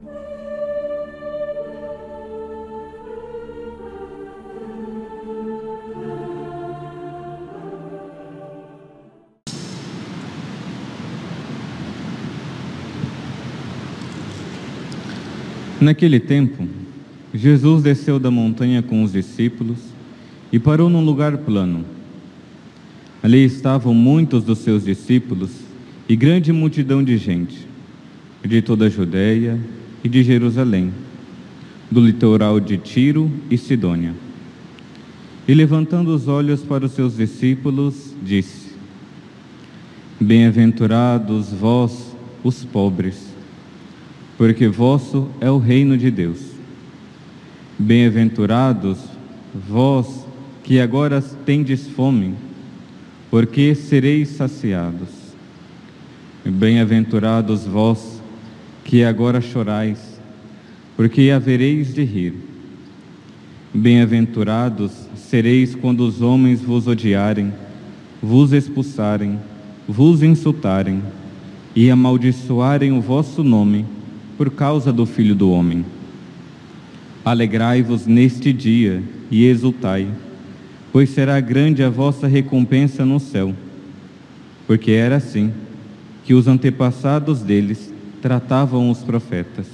Naquele tempo, Jesus desceu da montanha com os discípulos e parou num lugar plano. Ali estavam muitos dos seus discípulos e grande multidão de gente, de toda a Judeia e de Jerusalém, do litoral de Tiro e Sidônia. E levantando os olhos para os seus discípulos, disse: Bem-aventurados vós, os pobres, porque vosso é o reino de Deus. Bem-aventurados vós que agora tendes fome, porque sereis saciados. Bem-aventurados vós que agora chorais, porque havereis de rir. Bem-aventurados sereis quando os homens vos odiarem, vos expulsarem, vos insultarem e amaldiçoarem o vosso nome por causa do Filho do Homem. Alegrai-vos neste dia e exultai, pois será grande a vossa recompensa no céu, porque era assim que os antepassados deles tratavam os profetas.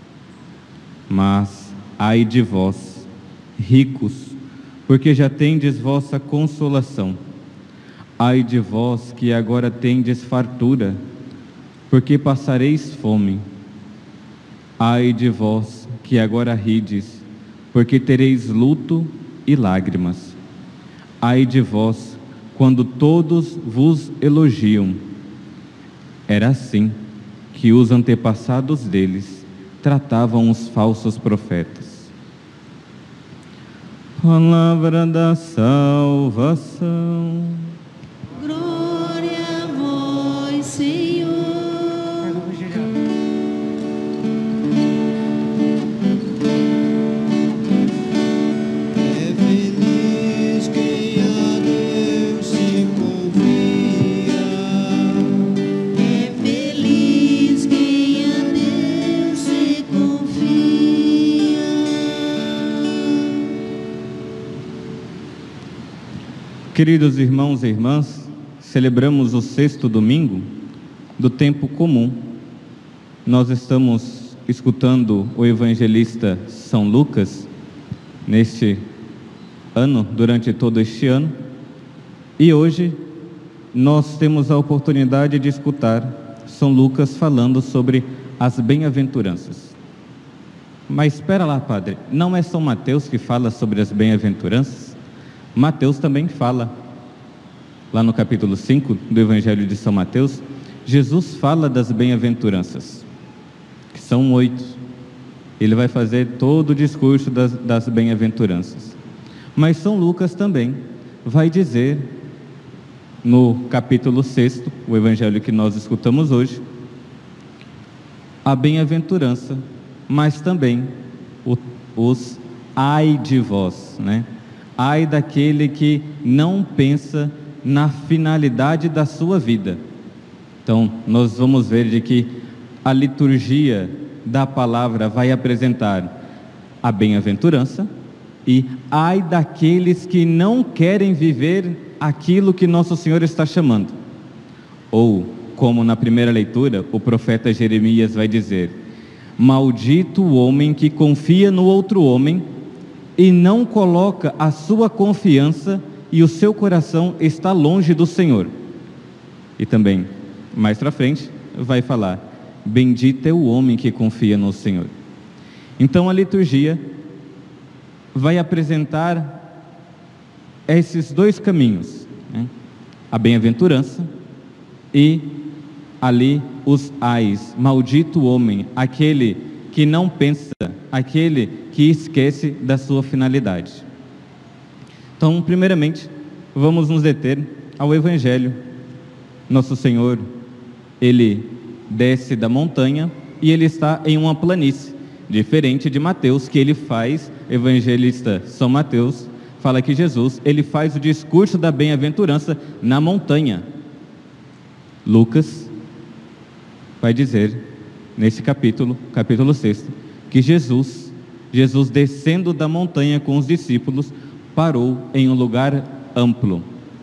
Mas ai de vós, ricos, porque já tendes vossa consolação. Ai de vós que agora tendes fartura, porque passareis fome. Ai de vós que agora rides, porque tereis luto e lágrimas. Ai de vós, quando todos vos elogiam. Era assim que os antepassados deles tratavam os falsos profetas. Palavra da salvação. Glória a vós, Senhor. Queridos irmãos e irmãs, celebramos o 6º domingo do tempo comum. Nós estamos escutando o evangelista São Lucas neste ano, durante todo este ano, e hoje nós temos a oportunidade de escutar São Lucas falando sobre as bem-aventuranças. Mas espera lá, padre, não é São Mateus que fala sobre as bem-aventuranças? Mateus também fala, lá no capítulo 5 do Evangelho de São Mateus, Jesus fala das bem-aventuranças, que são 8. Ele vai fazer todo o discurso das bem-aventuranças. Mas São Lucas também vai dizer, no capítulo 6, o Evangelho que nós escutamos hoje, a bem-aventurança, mas também os ai de vós, né? Ai daquele que não pensa na finalidade da sua vida. Então, nós vamos ver de que a liturgia da palavra vai apresentar a bem-aventurança e ai daqueles que não querem viver aquilo que Nosso Senhor está chamando. Ou, como na primeira leitura, o profeta Jeremias vai dizer: maldito o homem que confia no outro homem e não coloca a sua confiança e o seu coração está longe do Senhor. E também, mais para frente, vai falar: bendito é o homem que confia no Senhor. Então a liturgia vai apresentar esses dois caminhos, né? A bem-aventurança e ali os ais. Maldito o homem, aquele que não pensa, aquele que esquece da sua finalidade. Então, primeiramente, vamos nos deter ao Evangelho. Nosso Senhor, Ele desce da montanha e Ele está em uma planície, diferente de Mateus, que Ele faz, evangelista São Mateus, fala que Jesus, Ele faz o discurso da bem-aventurança na montanha. Lucas vai dizer nesse capítulo 6, que Jesus descendo da montanha com os discípulos, parou em um lugar amplo.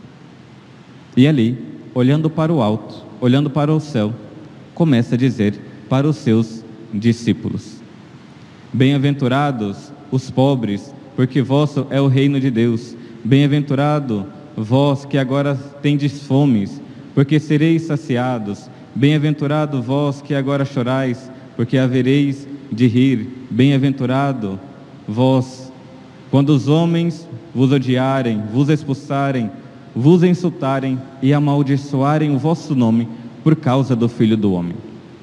E ali, olhando para o alto, olhando para o céu, começa a dizer para os seus discípulos: bem-aventurados os pobres, porque vosso é o reino de Deus. Bem-aventurado vós que agora tendes fomes, porque sereis saciados. Bem-aventurado vós que agora chorais, porque havereis de rir. Bem-aventurado vós, quando os homens vos odiarem, vos expulsarem, vos insultarem e amaldiçoarem o vosso nome por causa do Filho do Homem.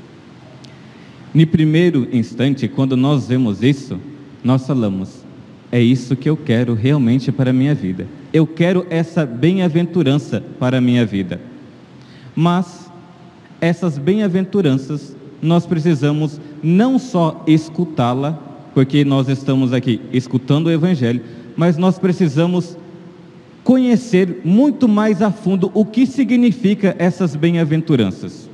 No primeiro instante, quando nós vemos isso, nós falamos: é isso que eu quero realmente para a minha vida. Eu quero essa bem-aventurança para a minha vida. Mas essas bem-aventuranças, nós precisamos não só escutá-la, porque nós estamos aqui escutando o Evangelho, mas nós precisamos conhecer muito mais a fundo o que significa essas bem-aventuranças.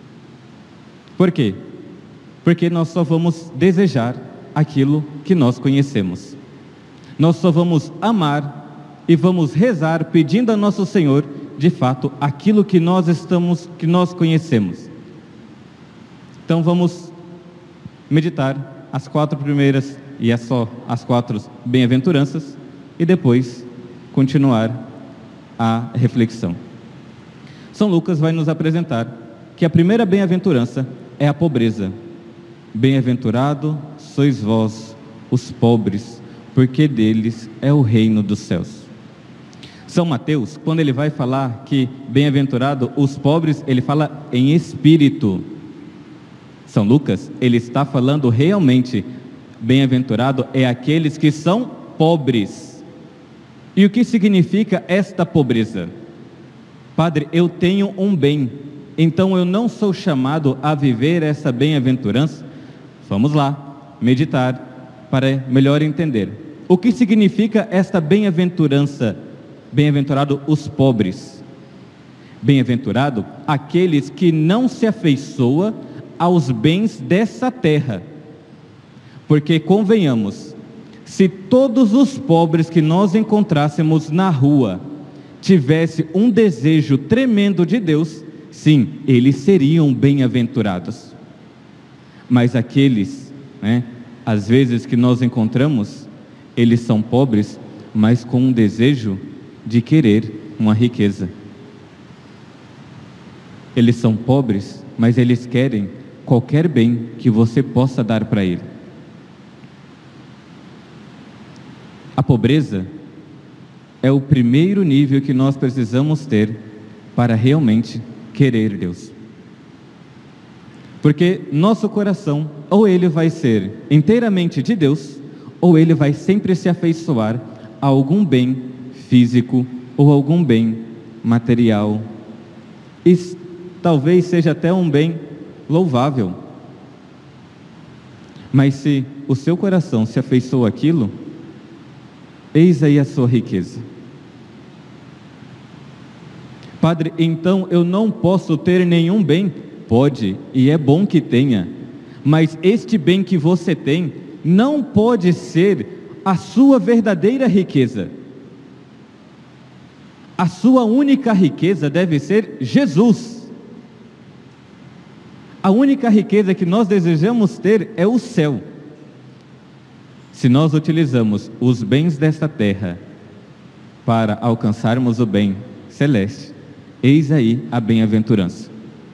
Por quê? Porque nós só vamos desejar aquilo que nós conhecemos. Nós só vamos amar e vamos rezar pedindo a nosso Senhor, de fato, aquilo que nós conhecemos. Então vamos meditar as 4 primeiras, e é só as 4 bem-aventuranças, e depois continuar a reflexão. São Lucas vai nos apresentar que a primeira bem-aventurança é a pobreza. Bem-aventurado sois vós, os pobres, porque deles é o reino dos céus. São Mateus, quando ele vai falar que bem-aventurado os pobres, ele fala em espírito. São Lucas, ele está falando realmente, bem-aventurado é aqueles que são pobres. E o que significa esta pobreza? Padre, eu tenho um bem, então eu não sou chamado a viver essa bem-aventurança? Vamos lá, meditar, para melhor entender. O que significa esta bem-aventurança? Bem-aventurado os pobres. Bem-aventurado aqueles que não se afeiçoam aos bens dessa terra. Porque convenhamos, se todos os pobres que nós encontrássemos na rua tivessem um desejo tremendo de Deus, sim, eles seriam bem-aventurados. Mas aqueles, às vezes que nós encontramos, eles são pobres, mas com um desejo de querer uma riqueza. Eles são pobres, mas eles querem qualquer bem que você possa dar para ele. A pobreza é o primeiro nível que nós precisamos ter para realmente querer Deus. Porque nosso coração, ou ele vai ser inteiramente de Deus, ou ele vai sempre se afeiçoar a algum bem físico ou algum bem material. E talvez seja até um bem louvável. Mas se o seu coração se afeiçoa àquilo, eis aí a sua riqueza. Padre, então eu não posso ter nenhum bem? Pode, e é bom que tenha, mas este bem que você tem não pode ser a sua verdadeira riqueza. A sua única riqueza deve ser Jesus. A única riqueza que nós desejamos ter é o céu. Se nós utilizamos os bens desta terra para alcançarmos o bem celeste, eis aí a bem-aventurança.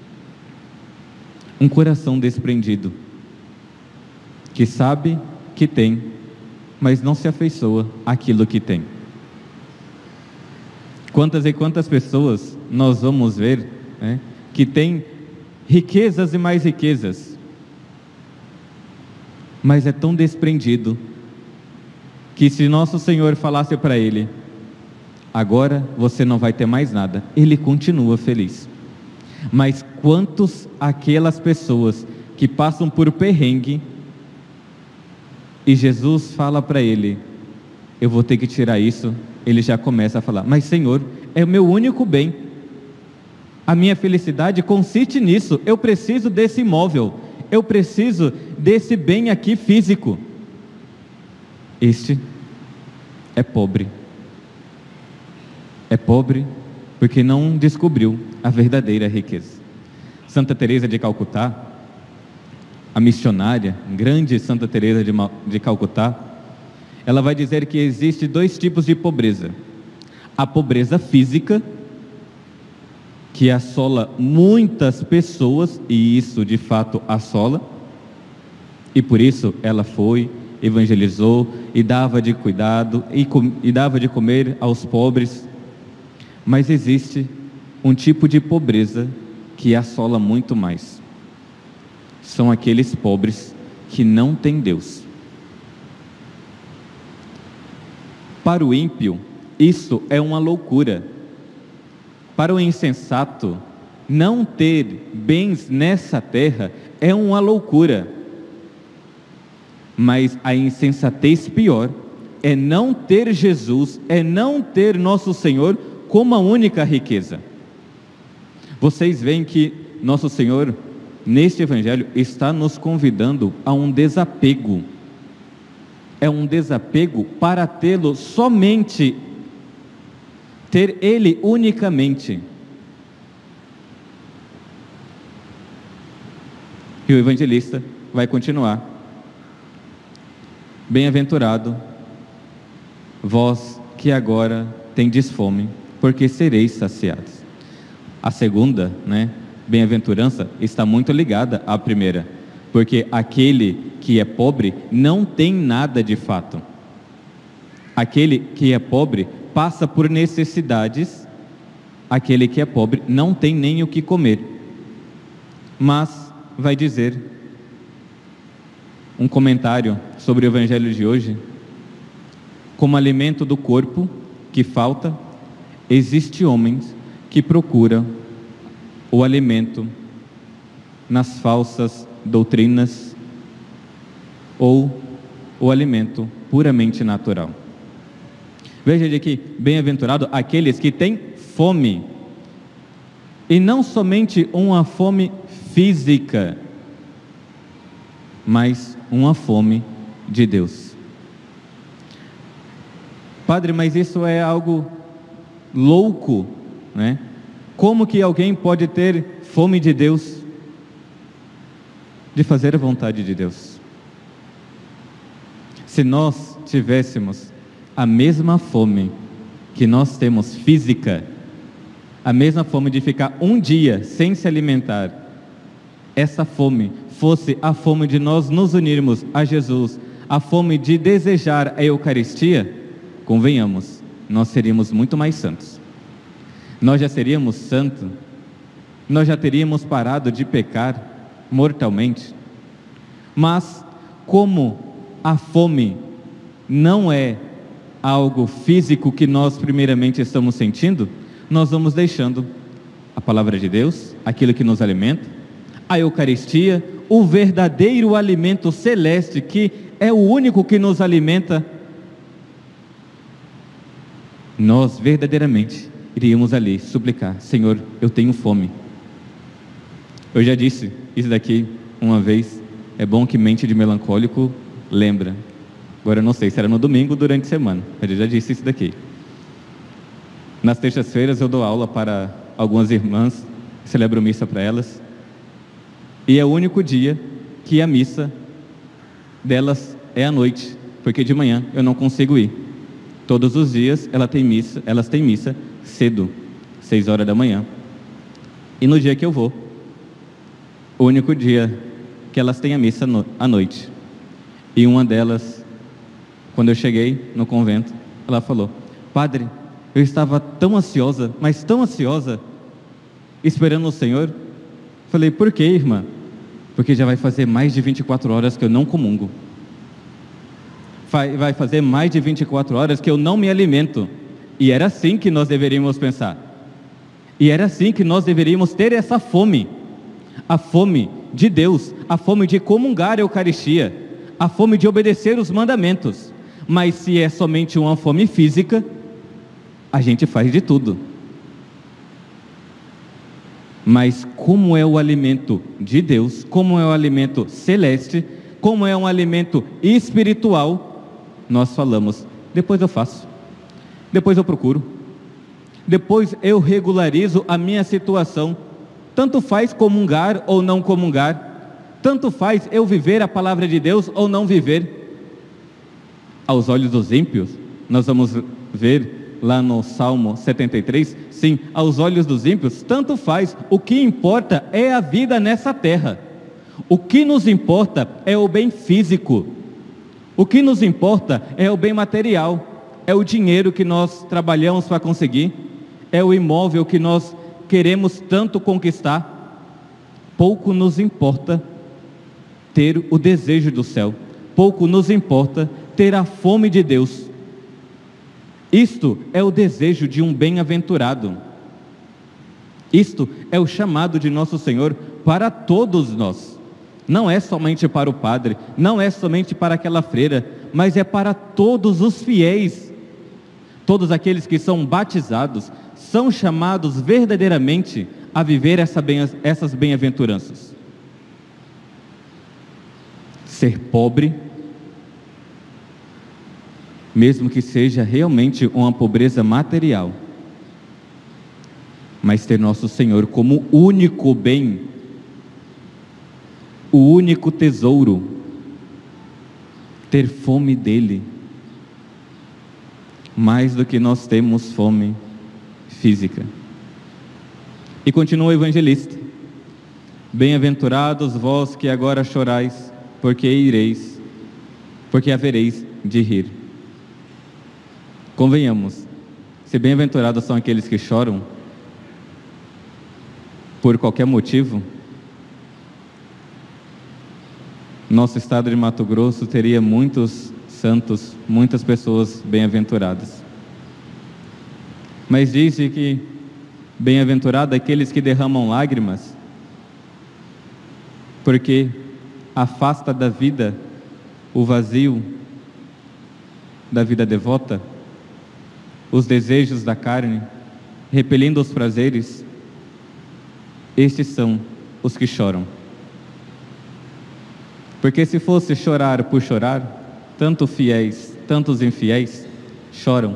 Um coração desprendido, que sabe que tem, mas não se afeiçoa àquilo que tem. Quantas e quantas pessoas nós vamos ver, que tem riquezas e mais riquezas, mas é tão desprendido, que se nosso Senhor falasse para ele: agora você não vai ter mais nada, ele continua feliz. Mas quantos aquelas pessoas que passam por perrengue, e Jesus fala para ele: eu vou ter que tirar isso, ele já começa a falar: mas Senhor, é o meu único bem, a minha felicidade consiste nisso, eu preciso desse imóvel, eu preciso desse bem aqui físico. Este é pobre. É pobre porque não descobriu a verdadeira riqueza. Santa Teresa de Calcutá, a missionária, grande Santa Teresa de Calcutá, ela vai dizer que existe 2 tipos de pobreza. A pobreza física, que assola muitas pessoas, e isso de fato assola, e por isso ela foi, evangelizou, e dava de cuidado, e dava de comer aos pobres. Mas existe um tipo de pobreza que assola muito mais. São aqueles pobres que não têm Deus. Para o ímpio, isso é uma loucura. Para o insensato, não ter bens nessa terra é uma loucura. Mas a insensatez pior é não ter Jesus, é não ter nosso Senhor como a única riqueza. Vocês veem que nosso Senhor, neste Evangelho, está nos convidando a um desapego. É um desapego para tê-lo somente, ter Ele unicamente. E o evangelista vai continuar. Bem-aventurado vós que agora tendes fome, porque sereis saciados. A segunda, bem-aventurança, está muito ligada à primeira, porque aquele que é pobre não tem nada de fato. Aquele que é pobre passa por necessidades, aquele que é pobre não tem nem o que comer. Mas, vai dizer, um comentário sobre o Evangelho de hoje, como alimento do corpo que falta, existe homens que procuram o alimento nas falsas doutrinas ou o alimento puramente natural. Veja de aqui, bem-aventurado aqueles que têm fome, e não somente uma fome física, mas uma fome de Deus. Padre, mas isso é algo louco, Como que alguém pode ter fome de Deus? De fazer a vontade de Deus. Se nós tivéssemos a mesma fome que nós temos física, a mesma fome de ficar um dia sem se alimentar, essa fome fosse a fome de nós nos unirmos a Jesus, a fome de desejar a Eucaristia, convenhamos, nós seríamos muito mais santos. Nós já seríamos santos, nós já teríamos parado de pecar mortalmente. Mas como a fome não é algo físico que nós primeiramente estamos sentindo, nós vamos deixando a palavra de Deus, aquilo que nos alimenta, a Eucaristia, o verdadeiro alimento celeste, que é o único que nos alimenta. Nós verdadeiramente iríamos ali suplicar: Senhor, eu tenho fome. Eu já disse isso daqui uma vez, é bom que mente de melancólico lembra. Agora eu não sei se era no domingo ou durante a semana, mas eu já disse isso daqui. Nas terças-feiras eu dou aula para algumas irmãs, celebro missa para elas, e é o único dia que a missa delas é à noite, porque de manhã eu não consigo ir. Todos os dias elas têm missa cedo, 6 horas da manhã. E no dia que eu vou, o único dia que elas têm a missa à noite. E uma delas, quando eu cheguei no convento, ela falou: Padre, eu estava tão ansiosa, mas tão ansiosa, esperando o Senhor. Falei: por quê, irmã? Porque já vai fazer mais de 24 horas que eu não comungo. Vai fazer mais de 24 horas que eu não me alimento. E era assim que nós deveríamos pensar. E era assim que nós deveríamos ter essa fome. A fome de Deus, a fome de comungar a Eucaristia, a fome de obedecer os mandamentos. Mas se é somente uma fome física, a gente faz de tudo. Mas como é o alimento de Deus, como é o alimento celeste, como é um alimento espiritual, nós falamos: depois eu faço, depois eu procuro, depois eu regularizo a minha situação. Tanto faz comungar ou não comungar, tanto faz eu viver a palavra de Deus ou não viver. Aos olhos dos ímpios, nós vamos ver lá no Salmo 73, sim, aos olhos dos ímpios, tanto faz, o que importa é a vida nessa terra. O que nos importa é o bem físico, o que nos importa é o bem material, é o dinheiro que nós trabalhamos para conseguir, é o imóvel que nós queremos tanto conquistar. Pouco nos importa ter o desejo do céu, pouco nos importa ter a fome de Deus. Isto é o desejo de um bem-aventurado. Isto é o chamado de nosso Senhor para todos nós. Não é somente para o padre, não é somente para aquela freira, mas é para todos os fiéis. Todos aqueles que são batizados são chamados verdadeiramente a viver essas bem-aventuranças. Ser pobre, mesmo que seja realmente uma pobreza material, mas ter nosso Senhor como único bem, o único tesouro, ter fome dele, mais do que nós temos fome física. E continua o evangelista: bem-aventurados vós que agora chorais, porque havereis de rir. Convenhamos, se bem-aventurados são aqueles que choram por qualquer motivo, nosso estado de Mato Grosso teria muitos santos, muitas pessoas bem-aventuradas. Mas diz que bem-aventurado aqueles que derramam lágrimas, porque afasta da vida o vazio da vida devota, os desejos da carne, repelindo os prazeres. Estes são os que choram. Porque se fosse chorar por chorar, tanto fiéis, tantos infiéis choram.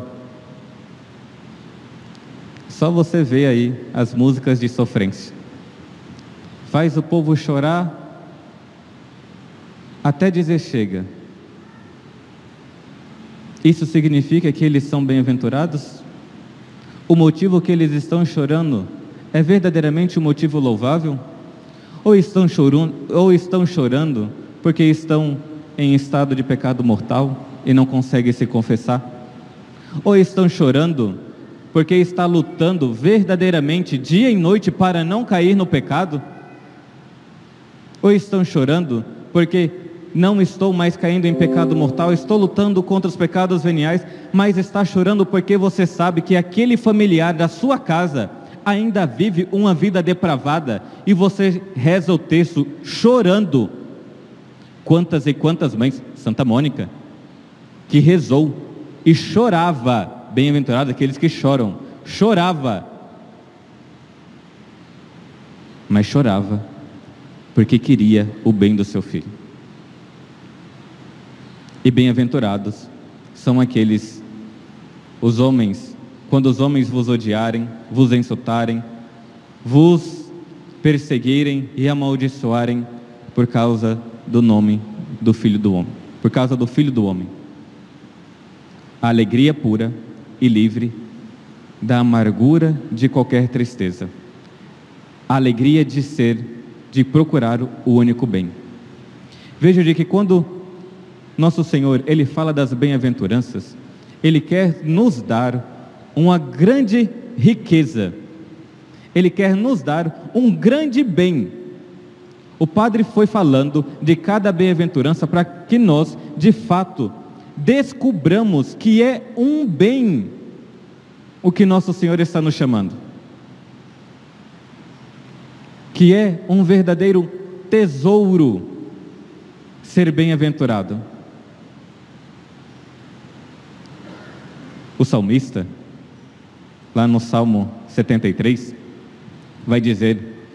Só você vê aí as músicas de sofrência. Faz o povo chorar até dizer chega. Isso significa que eles são bem-aventurados? O motivo que eles estão chorando é verdadeiramente um motivo louvável? Ou estão chorando porque estão em estado de pecado mortal e não conseguem se confessar? Ou estão chorando porque está lutando verdadeiramente dia e noite para não cair no pecado? Ou estão chorando porque não estou mais caindo em pecado mortal, estou lutando contra os pecados veniais, mas está chorando porque você sabe que aquele familiar da sua casa ainda vive uma vida depravada, e você reza o texto chorando. Quantas e quantas mães, Santa Mônica, que rezou e chorava, bem-aventurado aqueles que choram, chorava, mas chorava porque queria o bem do seu filho. E bem-aventurados são aqueles, os homens, quando os homens vos odiarem, vos insultarem, vos perseguirem e amaldiçoarem por causa do nome do Filho do Homem, por causa do Filho do Homem. A alegria pura e livre da amargura de qualquer tristeza. A alegria de procurar o único bem. Veja de que quando nosso Senhor, Ele fala das bem-aventuranças, Ele quer nos dar uma grande riqueza, Ele quer nos dar um grande bem. O Padre foi falando de cada bem-aventurança para que nós, de fato, descubramos que é um bem o que nosso Senhor está nos chamando, que é um verdadeiro tesouro ser bem-aventurado. O salmista, lá no Salmo 73, vai dizer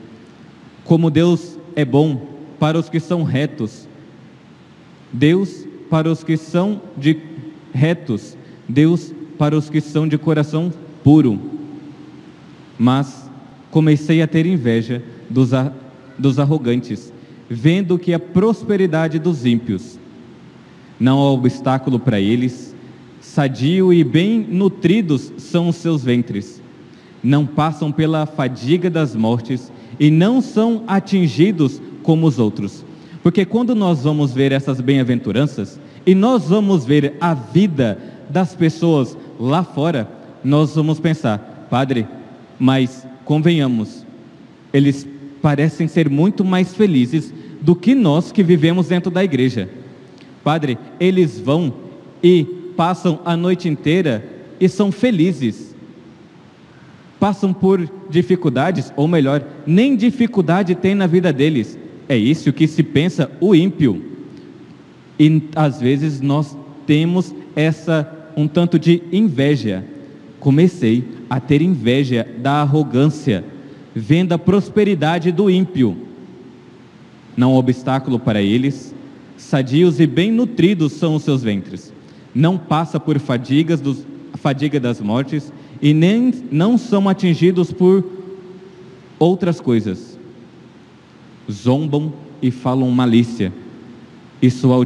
Como Deus é bom para os que são retos, Deus para os que são de retos, Deus para os que são de coração puro. Mas comecei a ter inveja dos arrogantes, vendo que a prosperidade dos ímpios não há obstáculo para eles, sadio e bem nutridos são os seus ventres, não passam pela fadiga das mortes e não são atingidos como os outros. Porque quando nós vamos ver essas bem-aventuranças e nós vamos ver a vida das pessoas lá fora, nós vamos pensar: padre, mas convenhamos, eles parecem ser muito mais felizes do que nós que vivemos dentro da igreja. Padre, eles vão e passam a noite inteira e são felizes. Passam por dificuldades, ou melhor, nem dificuldade tem na vida deles. É isso que se pensa o ímpio. E às vezes nós temos um tanto de inveja. Comecei a ter inveja da arrogância, vendo a prosperidade do ímpio. Não há obstáculo para eles, sadios e bem nutridos são os seus ventres. Não passa por fadiga das mortes e nem não são atingidos por outras coisas. Zombam e falam malícia, e a sua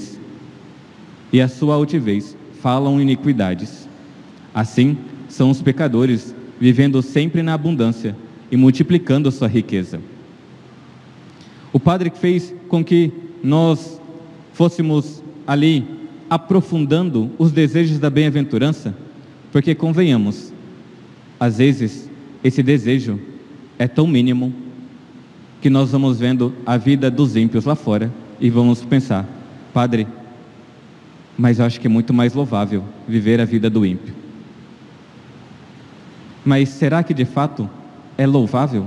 altivez falam iniquidades. Assim são os pecadores, vivendo sempre na abundância e multiplicando a sua riqueza. O padre que fez com que nós fôssemos ali aprofundando os desejos da bem-aventurança, porque convenhamos, às vezes esse desejo é tão mínimo que nós vamos vendo a vida dos ímpios lá fora e vamos pensar: padre, mas eu acho que é muito mais louvável viver a vida do ímpio. Mas será que de fato é louvável?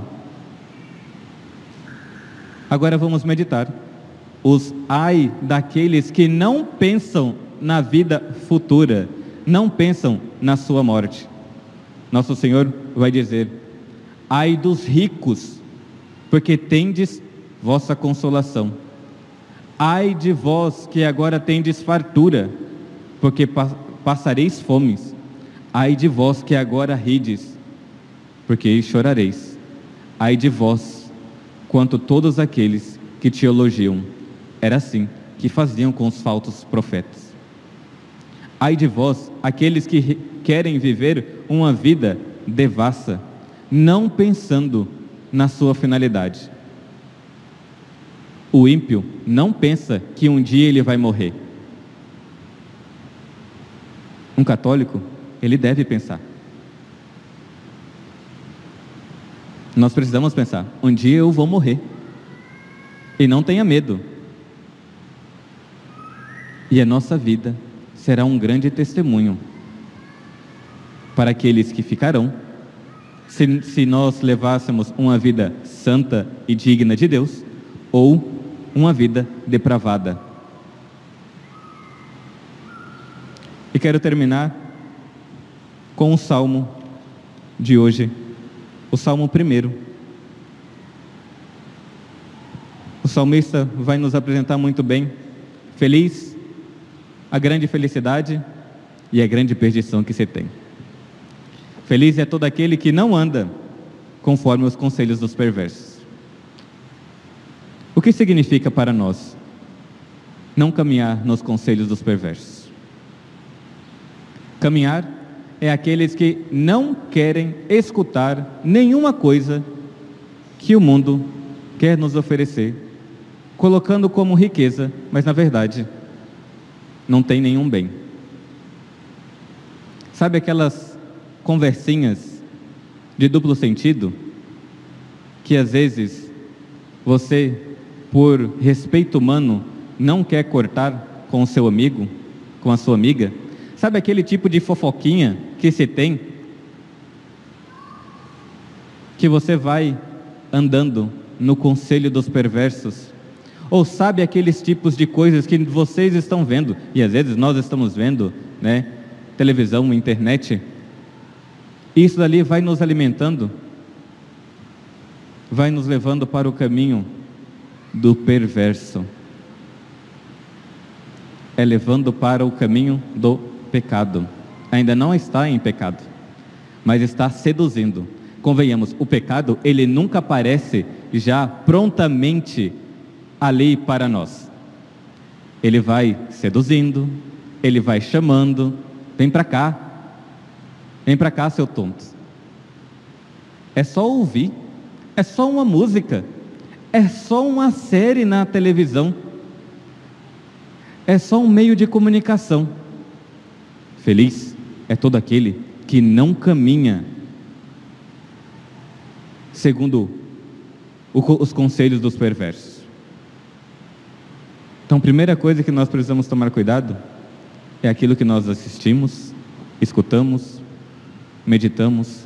Agora vamos meditar. Os ai daqueles que não pensam na vida futura, não pensam na sua morte. Nosso Senhor vai dizer: ai dos ricos, porque tendes vossa consolação. Ai de vós que agora tendes fartura, porque passareis fomes. Ai de vós que agora rides, porque chorareis. Ai de vós, quanto todos aqueles que te elogiam. Era assim que faziam com os falsos profetas. Ai de vós, aqueles que querem viver uma vida devassa, não pensando na sua finalidade. O ímpio não pensa que um dia ele vai morrer. Um católico, ele deve pensar. Nós precisamos pensar: um dia eu vou morrer. E não tenha medo. E a nossa vida será um grande testemunho para aqueles que ficarão, se nós levássemos uma vida santa e digna de Deus, ou uma vida depravada. E quero terminar com o salmo de hoje, o salmo 1. O salmista vai nos apresentar muito bem: feliz a grande felicidade e a grande perdição que se tem. Feliz é todo aquele que não anda conforme os conselhos dos perversos. O que significa para nós não caminhar nos conselhos dos perversos? Caminhar é aqueles que não querem escutar nenhuma coisa que o mundo quer nos oferecer, colocando como riqueza, mas na verdade não tem nenhum bem. Sabe aquelas conversinhas de duplo sentido, que às vezes você, por respeito humano, não quer cortar com o seu amigo, com a sua amiga? Sabe aquele tipo de fofoquinha que se tem, que você vai andando no conselho dos perversos? Ou sabe aqueles tipos de coisas que vocês estão vendo, e às vezes nós estamos vendo, né? Televisão, internet. Isso dali vai nos alimentando. vai nos levando para o caminho do perverso. É levando para o caminho do pecado. Ainda não está em pecado, mas está seduzindo. Convenhamos, o pecado, ele nunca aparece já prontamente ali para nós. Ele vai seduzindo, ele vai chamando, vem para cá, seu tonto. É só ouvir, é só uma música, é só uma série na televisão, é só um meio de comunicação. Feliz é todo aquele que não caminha segundo os conselhos dos perversos. Então, a primeira coisa que nós precisamos tomar cuidado é aquilo que nós assistimos, escutamos, meditamos,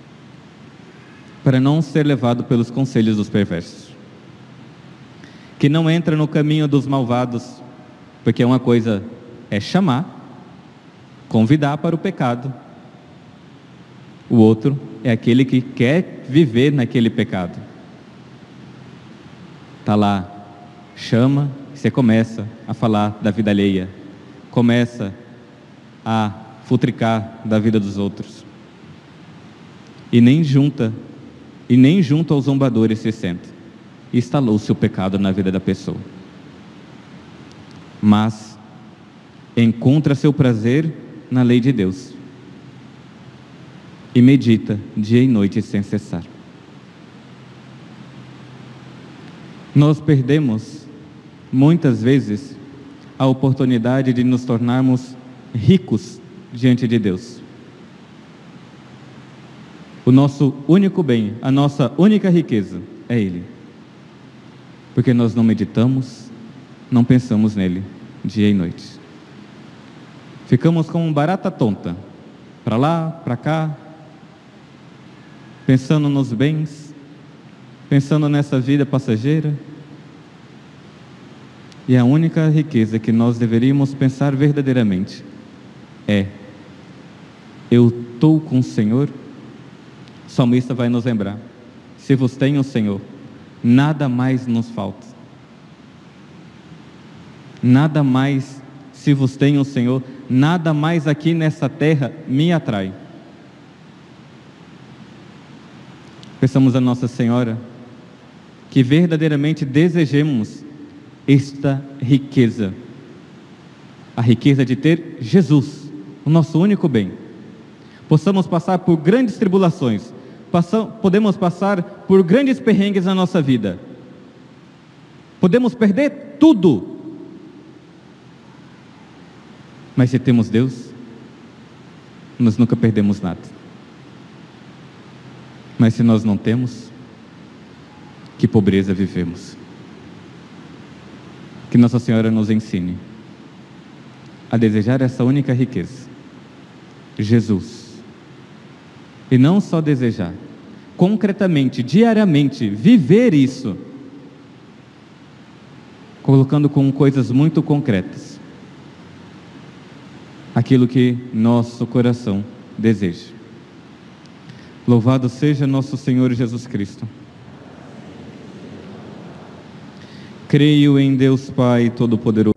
para não ser levado pelos conselhos dos perversos. Que não entra no caminho dos malvados, porque uma coisa é chamar, convidar para o pecado. O outro é aquele que quer viver naquele pecado. Está lá, chama, você começa a falar da vida alheia, começa a futricar da vida dos outros. E nem junto aos zombadores se senta. E instalou-se o pecado na vida da pessoa. Mas encontra seu prazer na lei de Deus. E medita dia e noite sem cessar. Nós perdemos, muitas vezes, a oportunidade de nos tornarmos ricos diante de Deus. O nosso único bem, a nossa única riqueza é Ele. Porque nós não meditamos, não pensamos nele dia e noite. Ficamos como barata tonta, para lá, para cá, pensando nos bens, pensando nessa vida passageira. E a única riqueza que nós deveríamos pensar verdadeiramente é: eu estou com o Senhor? O salmista vai nos lembrar: se vos tem o Senhor, nada mais nos falta. Nada mais, se vos tem o Senhor, nada mais aqui nessa terra me atrai. Peçamos a Nossa Senhora que verdadeiramente desejemos esta riqueza, a riqueza de ter Jesus, o nosso único bem. Possamos passar por grandes tribulações, podemos passar por grandes perrengues na nossa vida, podemos perder tudo, mas se temos Deus, nós nunca perdemos nada. Mas se nós não temos, que pobreza vivemos. Que Nossa Senhora nos ensine a desejar essa única riqueza, Jesus. E não só desejar, concretamente, diariamente, viver isso, colocando com coisas muito concretas aquilo que nosso coração deseja. Louvado seja nosso Senhor Jesus Cristo. Creio em Deus Pai Todo-Poderoso,